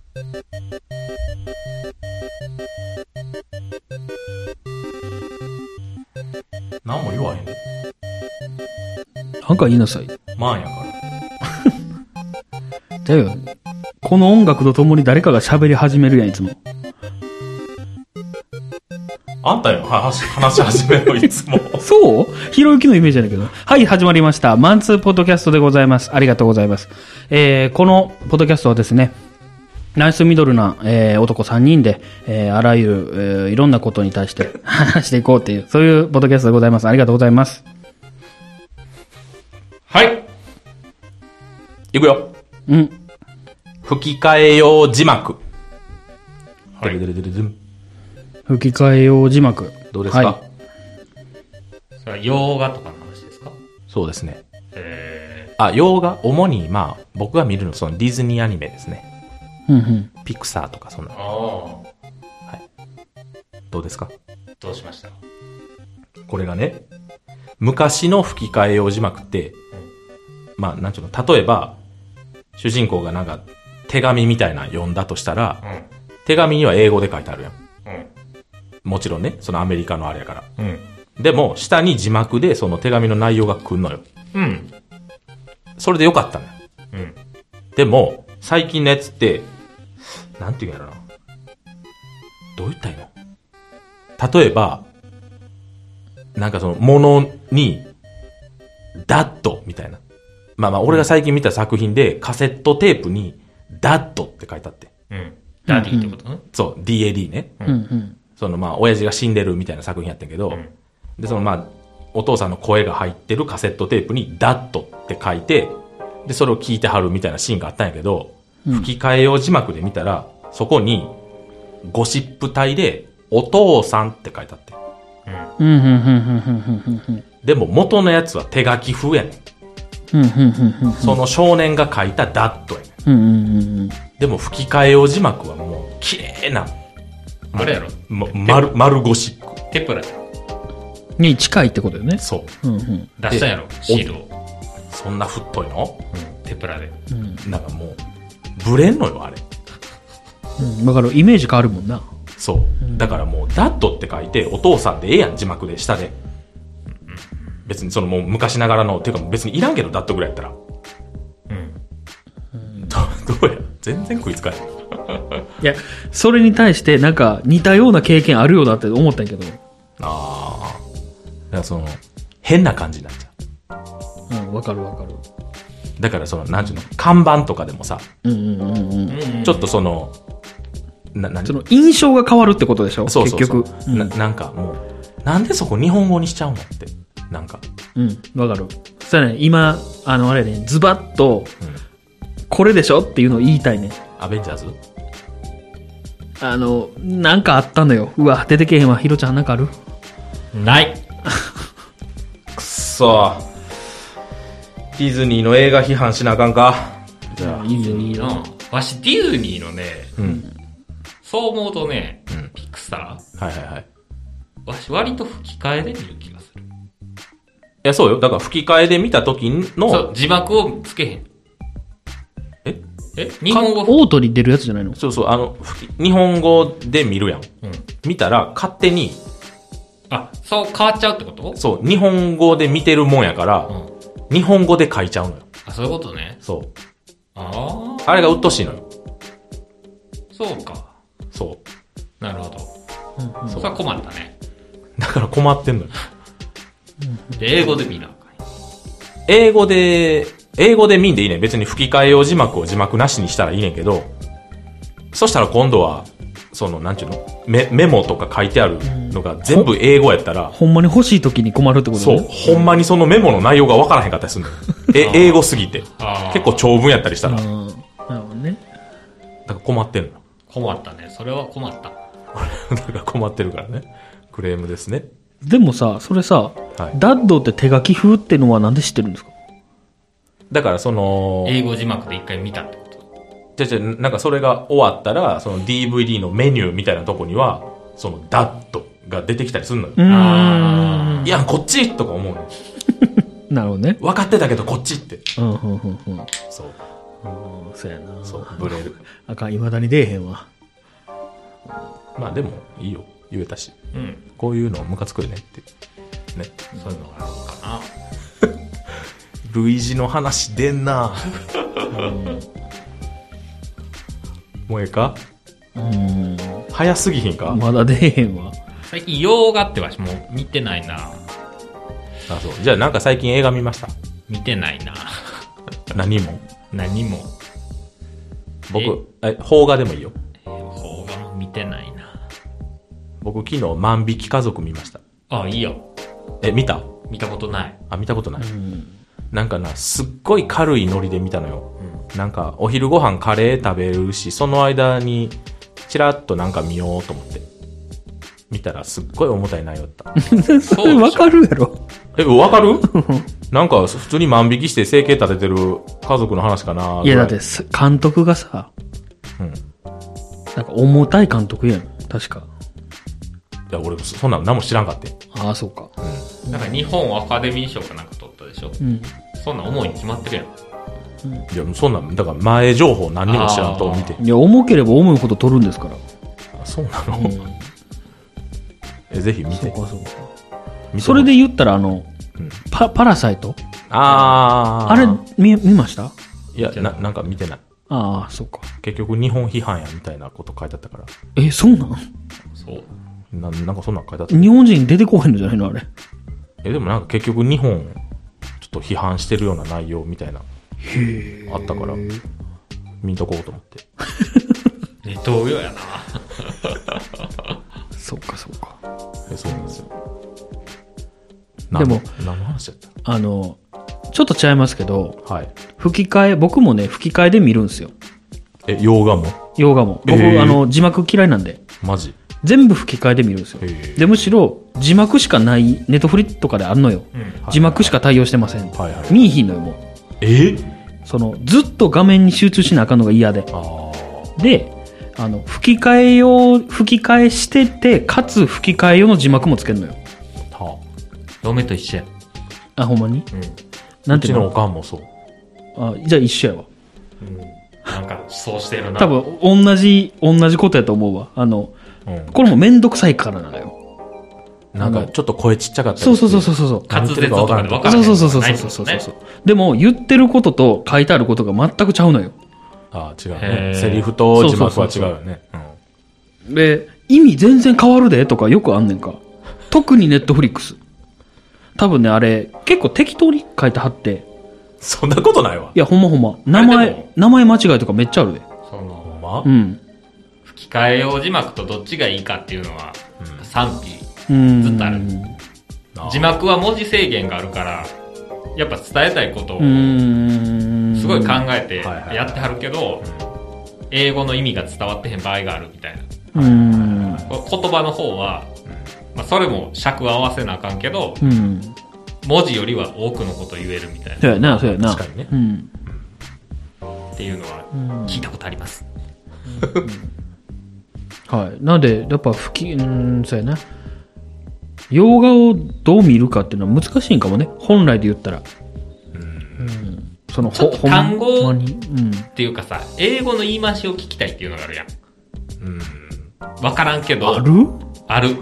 何も言わへんね。 なんか言いなさい。 マンやから。 だよ。この音楽とともに誰かが喋り始めるやん、いつも。 あんたよ、話し始めるいつも。 そうひろゆきのイメージじゃないけど。はい、始まりました。マンツーポッドキャストでございます。ありがとうございます。このポッドキャストはですね、ナイスミドルな、男3人で、あらゆる、いろんなことに対して話していこうっていう、そういうポッドキャストでございます。ありがとうございます。 はい。いくよ。 うん。 吹き替え用字幕。 はい。吹き替え用字幕。 どうですか？はい、 それは洋画とかの話ですか？ そうですね。洋画？主に、まあ、僕が見るのはそのディズニーアニメですね。 うんうん。 ピクサーとかそんな。 はい。 どうですか？ どうしました？ これがね、昔の吹き替え用字幕って、まあ、なんちゅうの、例えば、主人公がなんか、手紙みたいなの読んだとしたら、手紙には英語で書いてあるやん。もちろんね、そのアメリカのあれやから。でも、下に字幕でその手紙の内容が来んのよ。それでよかったのよ。でも、最近のやつって、なんていうんやろな。どう言ったらいいの？例えば、なんかその、ものに、ダッドみたいな。まあ、俺が最近見た作品で、カセットテープに、ダッドって書いてあって。 ダディってことね。 そう、DAD ね。そのまあ、親父が死んでるみたいな作品やったんやけど、で、そのまあ、お父さんの声が入ってるカセットテープに、ダッドって書いて、で、それを聞いてはるみたいなシーンがあったんやけど、吹き替え用字幕で見たら、そこに、ゴシップ体で、お父さんって書いてあって。でも元のやつは手書き風やねん。その少年が書いたダッドやねん。でも吹き替え用字幕はもう綺麗な。 あれやろ、 丸ゴシック。 テプラじゃん。に近いってことよね。 そう。 出したんやろ、シールを。 そんな太いの？ テプラで。 なんかもう、ブレんのよ、あれ。 わかる。イメージ変わるもんな。 そう。だからもう、ダッドって書いて、お父さんでええやん、字幕で、下で。別にそのもう昔ながらの、ていうか別にいらんけど、ダッドぐらいやったら。どうや？全然食いつかない。 いや、それに対してなんか似たような経験あるよなって思ったんやけど。 だからその、変な感じになっちゃう。わかるわかる。 だからその、なんちゅうの、看板とかでもさ、ちょっとその、 その印象が変わるってことでしょ？ そうそうそう。 結局。 なんかもう、なんでそこ日本語にしちゃうのって。なんか。 わかる。そしたらね、今、あれね、ズバッと、これでしょっていうのを言いたいね。 アベンジャーズ？ なんかあったのよ。うわ、出てけへんわ。ヒロちゃんなんかある？ ない。 くそディズニーの映画批判しなあかんか。 じゃあ、いいよいいよ。 わし、ディズニーのね、そう思うとね、ピクサー？わし、割と吹き替えで見る気がする。 いや、そうよ。だから吹き替えで見た時の。 そう、字幕をつけへん。 日本語オートに出るやつじゃないの？ そうそう、日本語で見るやん。見たら、勝手に。 そう変わっちゃうってこと？ そう、日本語で見てるもんやから、日本語で書いちゃうのよ。 そういうことね。 そう。あれがうっとしいのよ。 そうか。 そう。 なるほど。それは困ったね。 だから困ってんのよ。 英語で見なあかん。 英語で見んでいいねん。別に吹き替え用字幕を字幕なしにしたらいいねんけど、そしたら今度は、その、なんちゅうのメモとか書いてあるのが全部英語やったら。 ほんまに欲しい時に困るってことね。そう。ほんまにそのメモの内容がわからへんかったりするのよ。英語すぎて。結構長文やったりしたら。なるほどね。 だから困ってんの。 困ったね。それは困った。 だから困ってるからね。クレームですね。 でもさ、それさ、ダッドって手書き風ってのはなんで知ってるんですか？ だからその、 英語字幕で一回見たってこと？ なんかそれが終わったら、その DVD のメニューみたいなとこには、そのダッドが出てきたりするのよ。いや、こっちとか思うの。 なるほどね。 分かってたけどこっちって。 そう。 そうやな。 そう、ブレる。 あかん、未だに出えへんわ。 まあでも、いいよ。言えたし。 うん。 こういうのムカつくよねって。ね。 そういうのがあるのかな。 類似の話出んなもうええか早すぎひんかまだ出えへんわ。 最近洋画ってわしもう見てないな。 あ、そう。じゃあなんか最近映画見ました？ 見てないな。 何も僕、邦画でもいいよ。 邦画も見てないな。 僕昨日万引き家族見ました。 あ、いいよ。 見た？ 見たことない。 あ、見たことない。なんかな、すっごい軽いノリで見たのよ。なんか、お昼ご飯カレー食べるし、その間に、チラッとなんか見ようと思って。見たらすっごい重たい内容だった。 それわかるやろ。 わかるなんか、普通に万引きして生計立ててる家族の話かな。 いや、だって、監督がさ、なんか重たい監督やん。確か。 いや、俺、そんなの何も知らんかって。 ああ、そうか。 なんか日本アカデミー賞かなんか取ったでしょ。そんな重いに決まってるやん。 いや、そんなん、だから前情報何にも知らんと見て。 いや、重ければ重いほど取るんですから。 あ、そうなの、ぜひ見て。 そうか。それで言ったら、パラサイトあれ、見ました？ いや、なんか見てない。 ああ、そうか。 結局日本批判やみたいなこと書いてあったから。 そうなん？ そう。 なんかそんなん書いてあった。 日本人出てこへんのじゃないのあれ。 でもなんか結局日本、ちょっと批判してるような内容みたいな、あったから、見とこうと思って。 ネトウヨやな。 そうか。そうなんですよ。 でも、 何の話やった？ ちょっと違いますけど、 はい。 吹き替え、僕もね、吹き替えで見るんですよ。 洋画も？ 洋画も。僕、字幕嫌いなんで。 マジ？ 全部吹き替えで見るんですよ。で、むしろ、字幕しかない、ネットフリとかであるのよ。字幕しか対応してません。見いひんのよ、もう。ずっと画面に集中しなあかんのが嫌で。で、吹き替えしてて、かつ吹き替え用の字幕もつけるのよ。 嫁と一緒や。 あ、ほんまに？ なんていうの？うちのおかんもそう。 あ、じゃあ一緒やわ。 なんか、そうしてるな。 多分、同じことやと思うわ。これもめんどくさいからなのよ。 なんか、ちょっと声ちっちゃかったり。 そう。 滑舌とかで分かる。 そう。でも、言ってることと書いてあることが全くちゃうのよ。 ああ、違うね。セリフと字幕は違うよね。 で、意味全然変わるでとかよくあんねんか。特にネットフリックス。多分ね、あれ、結構適当に書いてはって。 そんなことないわ。 いや、ほんま。名前間違いとかめっちゃあるで。 ほんま？ 吹き替え用字幕とどっちがいいかっていうのは、賛否、ずっとある。字幕は文字制限があるから、やっぱ伝えたいことを、すごい考えてやってはるけど、英語の意味が伝わってへん場合があるみたいな。言葉の方は、まあ、それも尺は合わせなあかんけど、文字よりは多くのこと言えるみたいな。 そうやな。 確かにね。 っていうのは聞いたことあります。 はい。なんで、やっぱそうやな。洋画をどう見るかっていうのは難しいんかもね。本来で言ったら。 ちょっと単語っていうかさ、英語の言い回しを聞きたいっていうのがあるやん。わからんけど。ある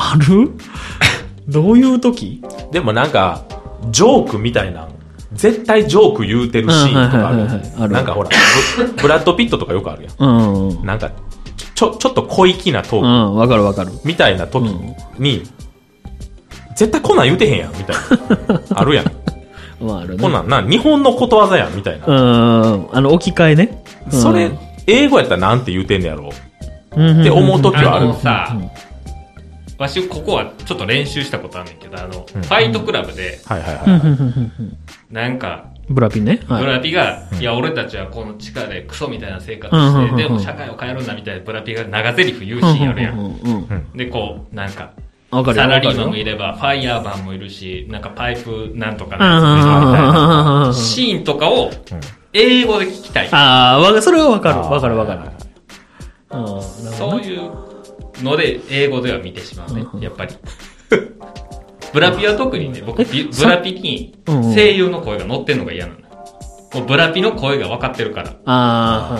どういう時？ でもなんか、ジョークみたいな、絶対ジョーク言うてるシーンとかある。なんかほら、ブラッドピットとかよくあるやん。なんか、ちょっと小粋なトーク。 わかる。 みたいな時に、絶対こんなん言うてへんやん、みたいな。あるやん。 あるね。 こんなん日本のことわざやん、みたいな。 置き換えね。 それ、英語やったらなんて言うてんねやろって思う時はある。 わし、ここはちょっと練習したことあるんだけど、ファイトクラブで、なんか、 ブラピね。 ブラピが、いや、俺たちはこの地下でクソみたいな生活して、でも社会を変えるんだみたいなブラピが長台詞言うシーンあるやん。で、こう、なんか、サラリーマンもいれば、ファイヤーマンもいるし、なんかパイプなんとかなんとか、シーンとかを、英語で聞きたい。 それはわかる。 そういうので、英語では見てしまうね、やっぱり。ブラピは特にね、僕、ブラピに声優の声が乗ってんのが嫌なの。 もうブラピの声が分かってるから。 あ、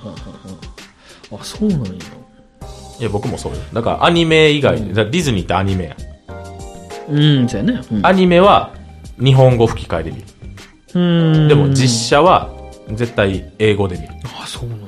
そうなんや。 いや、僕もそうよ。だからアニメ以外、ディズニーってアニメやん。 そうやね。 アニメは日本語吹き替えで見る。でも実写は絶対英語で見る。 あ、そうなんや。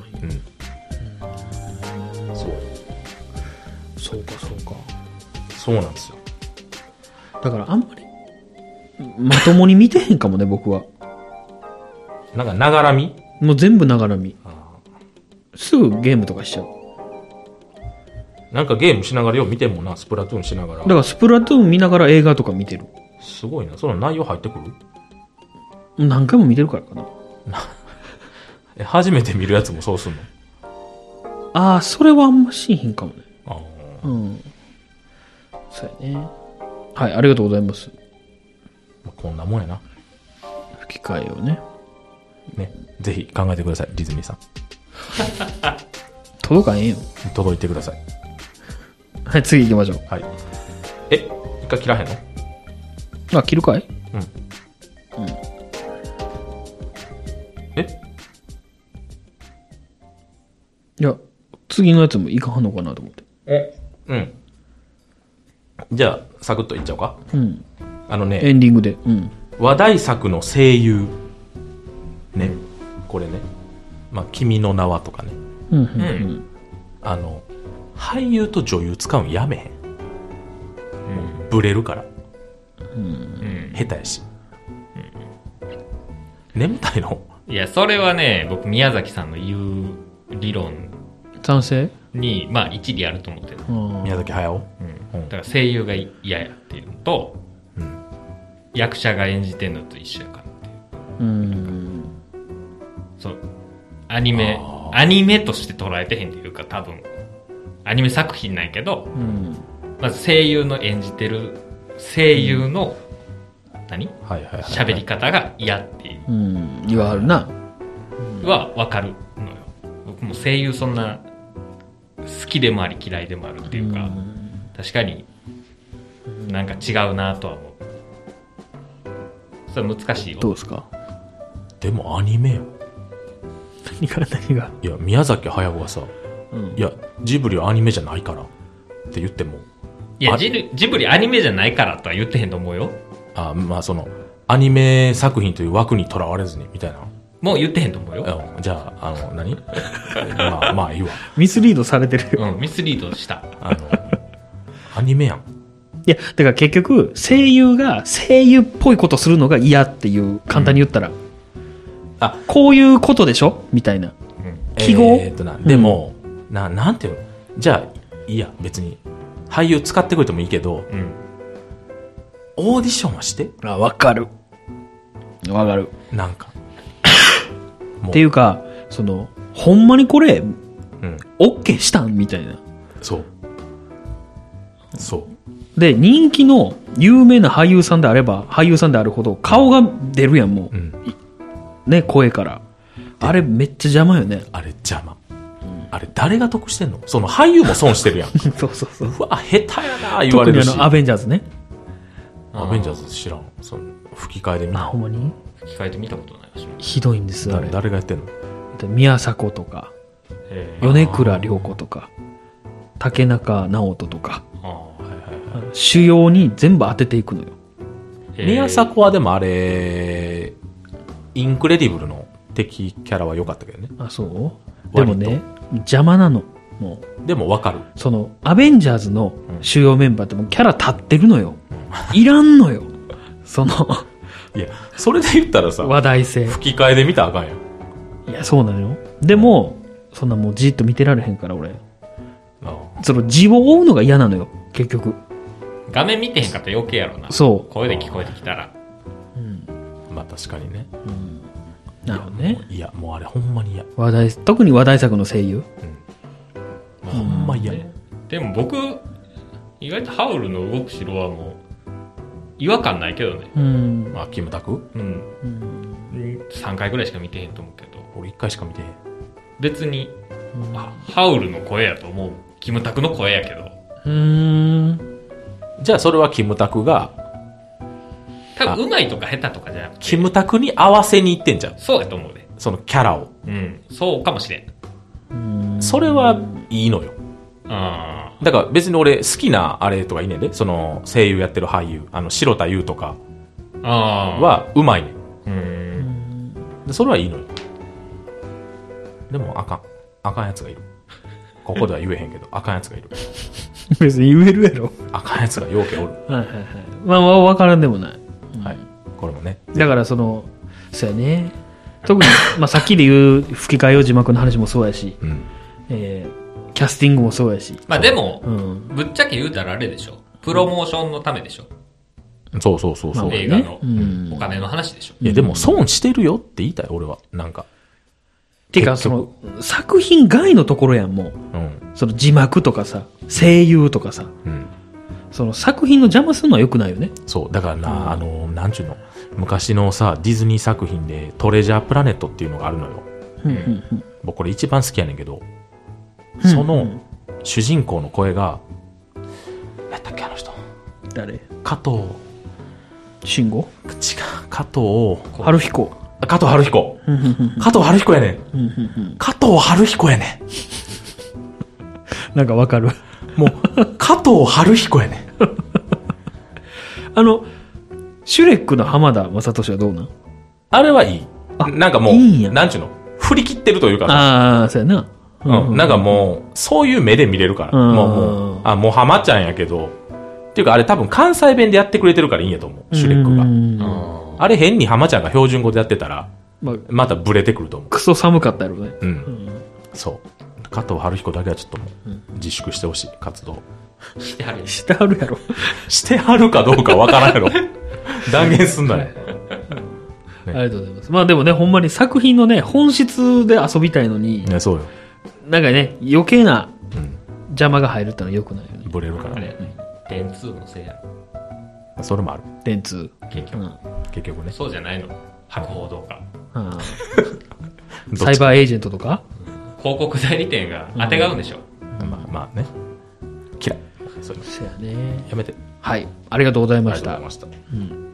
そうか。 そうなんですよ。 だからあんまりまともに見てへんかもね、僕は。 なんかながら見？ もう全部ながら見。すぐゲームとかしちゃう。 なんかゲームしながらよう見てんもんな、スプラトゥーンしながら。 だからスプラトゥーン見ながら映画とか見てる。 すごいな。その内容入ってくる？ 何回も見てるからかな。 初めて見るやつもそうすんの？ ああ、それはあんましひんかもね。そうやね。はい、ありがとうございます。 こんなもんやな。 吹き替えをね。 ぜひ考えてください、ディズニーさん。 届かへんよ。 届いてください。 はい、次行きましょう。 はい。一回切らへんの？ あ、切るかい？いや、次のやつもいかはんのかなと思って。 じゃあ、サクッといっちゃおうか。 エンディングで。 話題作の声優。ね。これね。君の名はとかね。俳優と女優使うんやめへん。ブレるから。下手やし。眠たいの？ いや、それはね、僕、宮崎さんの言う理論賛成に、一理あると思ってる。 宮崎駿？ だから声優が嫌やっていうのと、役者が演じてんのと一緒やからっていう。そう。アニメとして捉えてへんっていうか、多分、アニメ作品ないけど、まず声優の演じてる声優の、喋り方が嫌っていう。 言わはるな。 はわかるのよ。僕も声優そんな好きでもあり嫌いでもあるっていうか、確かになんか違うなとは思う。それ難しいよ。 どうですか？ でもアニメよ。 何がいや、宮崎駿はさ、いや、ジブリはアニメじゃないからって言っても。 いや、ジブリアニメじゃないからとは言ってへんと思うよ。 その、アニメ作品という枠にとらわれずに、みたいな。 もう言ってへんと思うよ。 じゃあ、何いいわ。 ミスリードされてるよ。ミスリードした。 アニメやん。 いや、だから結局、声優が声優っぽいことするのが嫌っていう、簡単に言ったら。こういうことでしょみたいな。記号でも、なんていうの？じゃあ、いいや、別に。俳優使ってくれてもいいけど、オーディションはして。 わかる。 なんか。 っていうか、ほんまにこれ、OK したんみたいな。 そう。 で、人気の有名な俳優さんであれば、俳優さんであるほど、顔が出るやん、もう。ね、声から。あれめっちゃ邪魔よね。 あれ邪魔。あれ誰が得してんの？その俳優も損してるやん。 そう。 うわ、下手やな言われるし。 特にアベンジャーズね。 アベンジャーズ知らん。吹き替えで見た。 ほんまに？ 吹き替えて見たことないし。 ひどいんです、あれ。 誰がやってんの？ 宮迫とか、米倉涼子とか、竹中直人とか、主要に全部当てていくのよ。 宮迫はでもあれ、インクレディブルの敵キャラは良かったけどね。 そうでもね、邪魔なの。もう。でも分かる。 アベンジャーズの主要メンバーってもうキャラ立ってるのよ。いらんのよ。 いや、それで言ったらさ、 話題性。 吹き替えで見たらあかんやん。 いや、そうなのよ。でも、そんなもうじっと見てられへんから、俺。字を追うのが嫌なのよ、結局。 画面見てへんかったら余計やろな。 そう。 声で聞こえてきたら。 確かにね。 なるほどね。 いや、もうあれほんまに嫌。 特に話題作の声優。 ほんま嫌。 でも僕、意外とハウルの動く城はもう、違和感ないけどね。 キムタク ？3回ぐらいしか見てへんと思うけど。 俺1回しか見てへん。 別に、ハウルの声やと思う。キムタクの声やけど。 じゃあそれはキムタクが、 多分、うまいとか下手とかじゃなくて。 キムタクに合わせにいってんじゃん。 そうやと思うで。 そのキャラを。 うん。そうかもしれん。 それはいいのよ。だから別に俺好きなあれとかいいねんで、その声優やってる俳優、白田優とかはうまいねん。でそれはいいのよ。でもあかんやつがいる。ここでは言えへんけど、あかんやつがいる。 別に言えるやろ。 あかんやつがようけおる。 はいはいはい。まあ、わからんでもない。 はい。これもね。 だからそうやね。特に、まあさっきで言う吹き替え用字幕の話もそうやし、キャスティングもそうやし。 まあでも、ぶっちゃけ言うたらあれでしょ。プロモーションのためでしょ。 そう。 映画のお金の話でしょ。 いやでも損してるよって言いたい、俺は。なんか。 てか、作品外のところやん、もう。その字幕とかさ、声優とかさ。その作品の邪魔するのは良くないよね。 そう。だからな、なんちゅうの。昔のさ、ディズニー作品でトレジャープラネットっていうのがあるのよ。僕これ一番好きやねんけど、その主人公の声が、やったっけあの人。 誰？ 加藤。 慎吾？ 違う。加藤。 春彦。 加藤春彦。加藤春彦やねん。加藤春彦やねん。なんかわかる。 もう、加藤春彦やねん。 シュレックの浜田雅俊はどうなん？ あれはいい。なんかもう、なんちゅうの振り切ってるというか。 ああ、そうやな。 なんかもう、そういう目で見れるから。もう浜ちゃんやけど。っていうかあれ多分関西弁でやってくれてるからいいんやと思う。シュレックが。あれ変に浜ちゃんが標準語でやってたら、またブレてくると思う。 クソ寒かったやろね。 そう。加藤春彦だけはちょっともう、自粛してほしい、活動。 してはるやろ。 してはるかどうかわからんやろ。断言すんなよ。 ありがとうございます。まあでもね、ほんまに作品のね、本質で遊びたいのに、 ね、そうよ。 なんかね、余計な邪魔が入るってのは良くないよね。 ブレるからね。 電通のせいや。 それもある。 電通。 結局ね。そうじゃないの。博報堂か。 サイバーエージェントとか広告代理店が当てがうんでしょ。 まあね。嫌い。 そうやね。 やめて。 はい。ありがとうございました。 ありがとうございました。